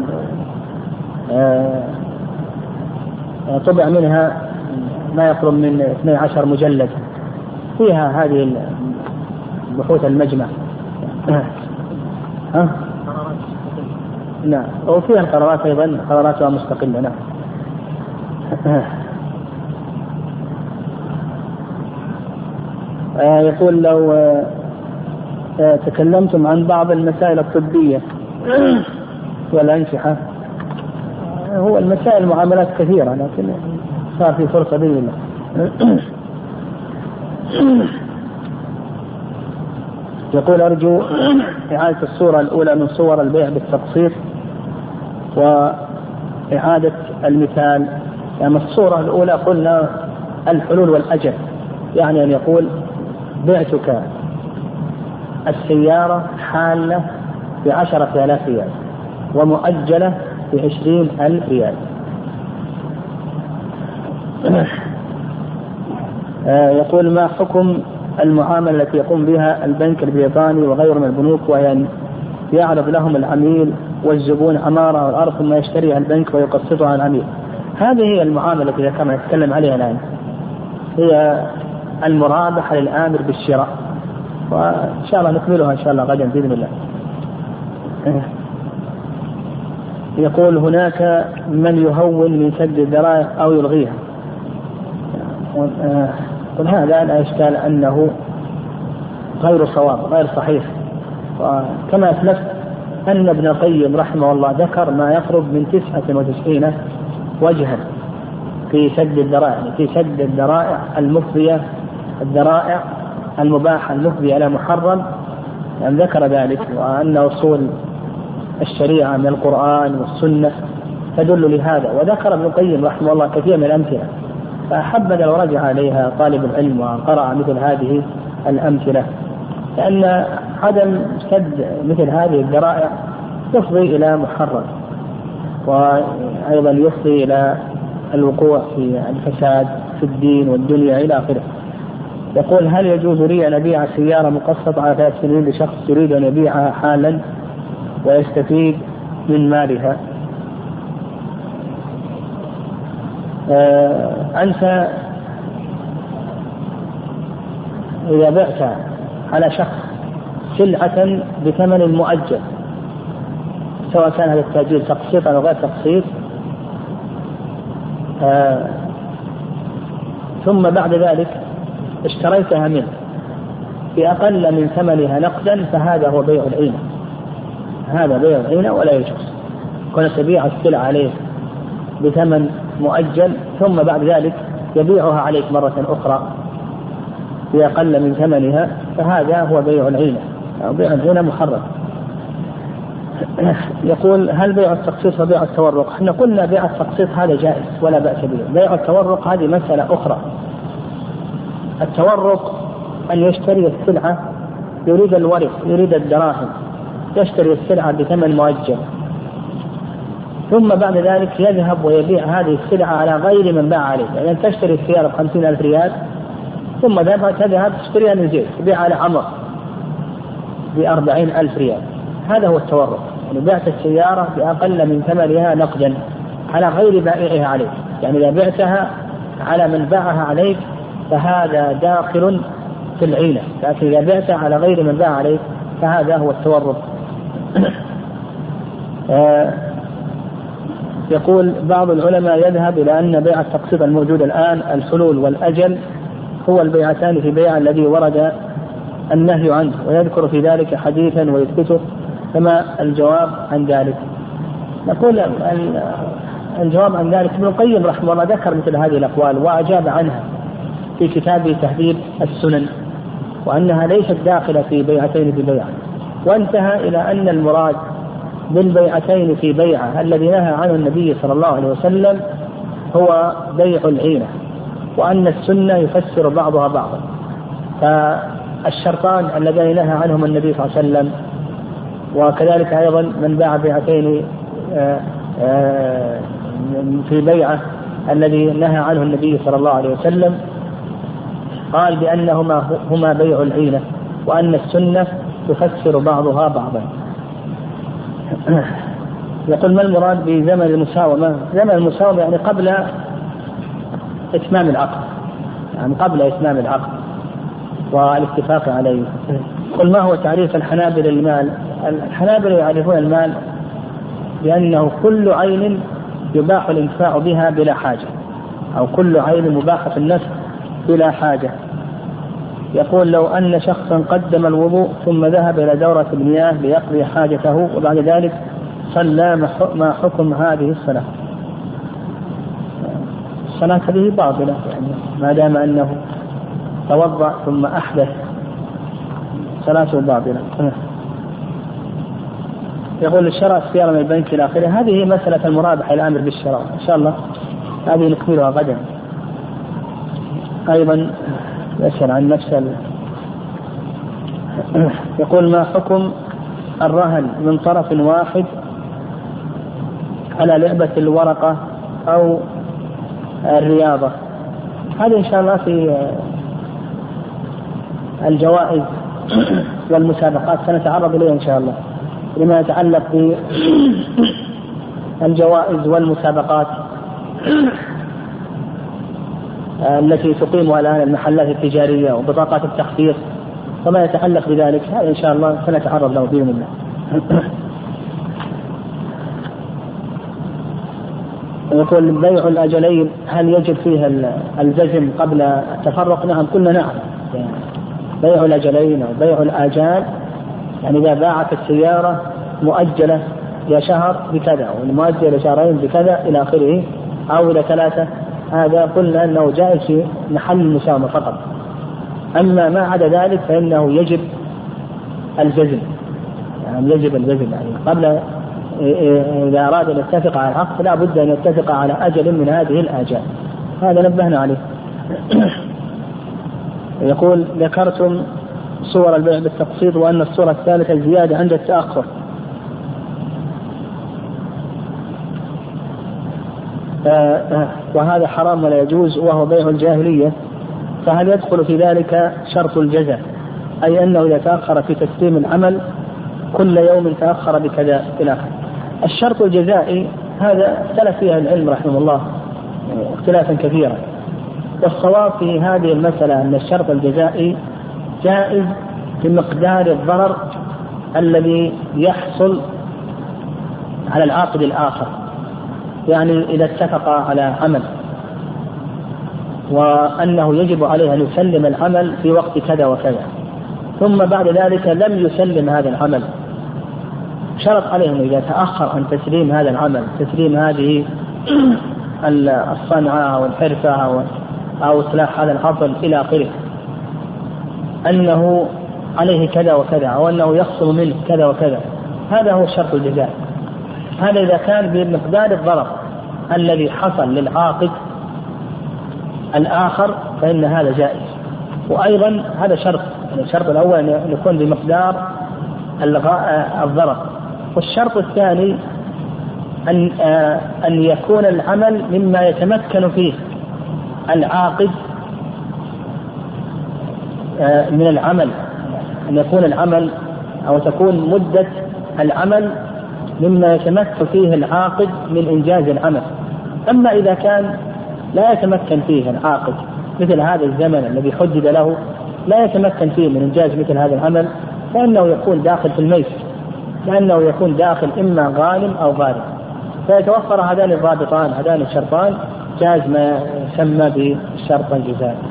طبع منها ما يقرب من 12 مجلد فيها هذه بحوث المجمع. نعم، وفيها القرارات أيضا، قراراتها مستقلة. نعم. يقول: لو تكلمتم عن بعض المسائل الطبية والأنشحة. هو المسائل معاملات كثيرة، لكن صار في فرصة بإذن الله. يقول أرجو إعادة الصورة الأولى من صور البيع بالتقسيط وإعادة المثال. يعني الصورة الأولى قلنا الحلول والأجل، يعني أن يقول بعتك السيارة حالة ب10,000 ريال ومؤجلة ب20,000 ريال. يقول ما حكم المعاملة التي يقوم بها البنك البريطاني وغيره من البنوك، وهي يعرض لهم العميل والزبون عمارة والأرض ثم يشتريها البنك ويقسطها على العميل؟ هذه هي المعاملة التي كما نتكلم عليها الآن، هي المرابحة للآمر بالشراء، وإن شاء الله نكملها إن شاء الله غدا بإذن الله. يقول هناك من يهون من سد الذرائع أو يلغيها، وهذا لا إشكال أنه غير صواب غير صحيح. وكما أسلفت أن ابن القيم رحمه الله ذكر ما يقرب من 99 وجها في سد الذرائع، في سد الذرائع المفضية، الذرائع المباحة المفضية إلى محرم، يعني ذكر ذلك، وأن أصول الشريعة من القرآن والسنة تدل لهذا. وذكر ابن القيم رحمه الله كثير من الأمثلة، فحبذا لو رجع عليها طالب العلم وقرأ مثل هذه الأمثلة، لأن عدم سد مثل هذه الذرائع يفضي إلى محرم، وأيضا يفضي إلى الوقوع في الفساد في الدين والدنيا إلى آخره. يقول هل يجوز لي أن أبيع سيارة مقسطة على 3 سنين لشخص يريد أن يبيعها حالا ويستفيد من مالها؟ أنت إذا بعت على شخص سلعة بثمن مؤجل، سواء كان هذا التأجيل تقسيط أو غير تقسيط، ثم بعد ذلك اشتريتها منه بأقل من ثمنها نقدا، فهذا هو بيع العينة، هذا بيع العينة ولا يجوز. كنت تبيع السلعة عليه بثمن مؤجل ثم بعد ذلك يبيعها عليك مرة أخرى بأقل من ثمنها، فهذا هو بيع العينة أو بيع العينة محرم. يقول هل بيع التقسيط وبيع التورق؟ احنا قلنا بيع التقسيط هذا جائز ولا بأس به. بيع التورق هذه مسألة أخرى. التورق أن يشتري السلعة يريد الورق، يريد الدراهم، يشتري السلعة بثمن مؤجل، ثم بعد ذلك يذهب ويبيع هذه السلعة على غير من باع عليه. يعني أن تشتري السيارة ب50,000 ريال ثم تذهب تشتريها من زيت تبيع على عمر ب40,000 ريال، هذا هو التورق. يعني بعت السيارة بأقل من ثمنها نقدا على غير بائعها عليك، يعني إذا بعتها على من باعها عليك فهذا داخل في العينة، لكن إذا بعتها على غير من باع عليك فهذا هو التورق. يقول بعض العلماء يذهب إلى أن بيع التقسيط الموجود الآن الحلول والأجل هو البيعتان في بيع الذي ورد النهي عنه، ويذكر في ذلك حديثا ويثبته، فما الجواب عن ذلك؟ نقول الجواب عن ذلك ابن القيم رحمه الله ذكر مثل هذه الأقوال وأجاب عنها في كتابه تهذيب السنن، وأنها ليست داخلة في بيعتين في بيعة، وانتهى إلى أن المراد بالبيعتين في بيعة الذي نهى عنه النبي صلى الله عليه وسلم هو بيع العينة، وأن السنة يفسر بعضها بعضا. فالشرطان اللذين نهى عنهم النبي صلى الله عليه وسلم، وكذلك أيضا من باع بيعتين في بيعة الذي نهى عنه النبي صلى الله عليه وسلم، قال بأنهما هما بيع العينة، وأن السنة تفسر بعضها بعضا. يقول ما المراد بزمن المساومة؟ زمن المساومة يعني قبل إتمام العقد، يعني قبل إتمام العقد والاتفاق عليه. قل ما هو تعريف الحنابلة للمال؟ الحنابلة يعرفون المال بأنه كل عين يباح الانتفاع بها بلا حاجة، أو كل عين مباحة في النفع بلا حاجة، يقول لو أن شخصا قدم الوضوء ثم ذهب إلى دورة المياه ليقضي حاجته وبعد ذلك صلى، ما حكم هذه الصلاة؟ الصلاة هذه باطلة يعني ما دام أنه توضأ ثم أحدث، صلاته باطلة. يقول الشراء السيارة من البنك إلى آخره، هذه مسألة المرابحة الآمر بالشراء إن شاء الله، هذه نكملها غدا. أيضا يسأل عن نفس يقول ما حكم الرهن من طرف واحد على لعبة الورقة أو الرياضة؟ هذا إن شاء الله في الجوائز والمسابقات سنتعرض إليه إن شاء الله، لما يتعلق بالجوائز والمسابقات التي تقيمها الآن المحلات التجارية وبطاقات التخفيض وما يتعلق بذلك، هذا إن شاء الله سنتعرض له بإذن الله. يقول بيع الأجلين هل يجب فيها الجزم قبل التفرق؟ نعم قلنا نعم، بيع الأجلين أو بيع الآجال، يعني إذا باعت السيارة مؤجلة إلى شهر بكذا والمؤجلة شهرين بكذا إلى آخره أو إلى 3، هذا قلنا أنه جائز في محل المساهمة فقط. أما ما عدا ذلك فإنه يجب الجزم، يعني يجب الجزم يعني قبل، إذا أراد أن يتفق على العقد لا بد أن يتفق على أجل من هذه الآجال، هذا نبهنا عليه. يقول ذكرتم صور البيع بالتقسيط وأن الصورة الثالثة زيادة عند التأخر، وهذا حرام ولا يجوز وهو بيع الجاهلية، فهل يدخل في ذلك شرط الجزاء، أي أنه إذا تأخر في تسليم العمل كل يوم تأخر بكذا إلى آخره؟ الشرط الجزائي هذا اختلف فيها العلم رحمه الله اختلافا كثيرا، والصواب في هذه المسألة أن الشرط الجزائي جائز بمقدار الضرر الذي يحصل على العاقد الآخر، يعني إذا اتفق على عمل وأنه يجب عليه أن يسلم العمل في وقت كذا وكذا، ثم بعد ذلك لم يسلم هذا العمل، شرط عليهم إذا تأخر عن تسليم هذا العمل، تسليم هذه الصنعة أو الحرفة أو إصلاح هذا الحصل إلى آخره، أنه عليه كذا وكذا أو أنه يخصم منه كذا وكذا، هذا هو شرط الجزاء. هذا إذا كان بمقدار الضرر الذي حصل للعاقد الآخر فإن هذا جائز. وأيضا هذا شرط، يعني الشرط الأول أن يكون بمقدار الضرر، والشرط الثاني أن يكون العمل مما يتمكن فيه العاقد من العمل، أن يكون العمل أو تكون مدة العمل مما يتمكن فيه العاقد من إنجاز العمل. أما إذا كان لا يتمكن فيه العاقد مثل هذا الزمن الذي حدد له، لا يتمكن فيه من إنجاز مثل هذا العمل، فإنه يكون داخل في الميسر، لأنه يكون داخل إما غانم أو غارم، فيتوفر هذان الضابطان هذان الشرطان، جاز ما يسمى بالشرط الجزائي.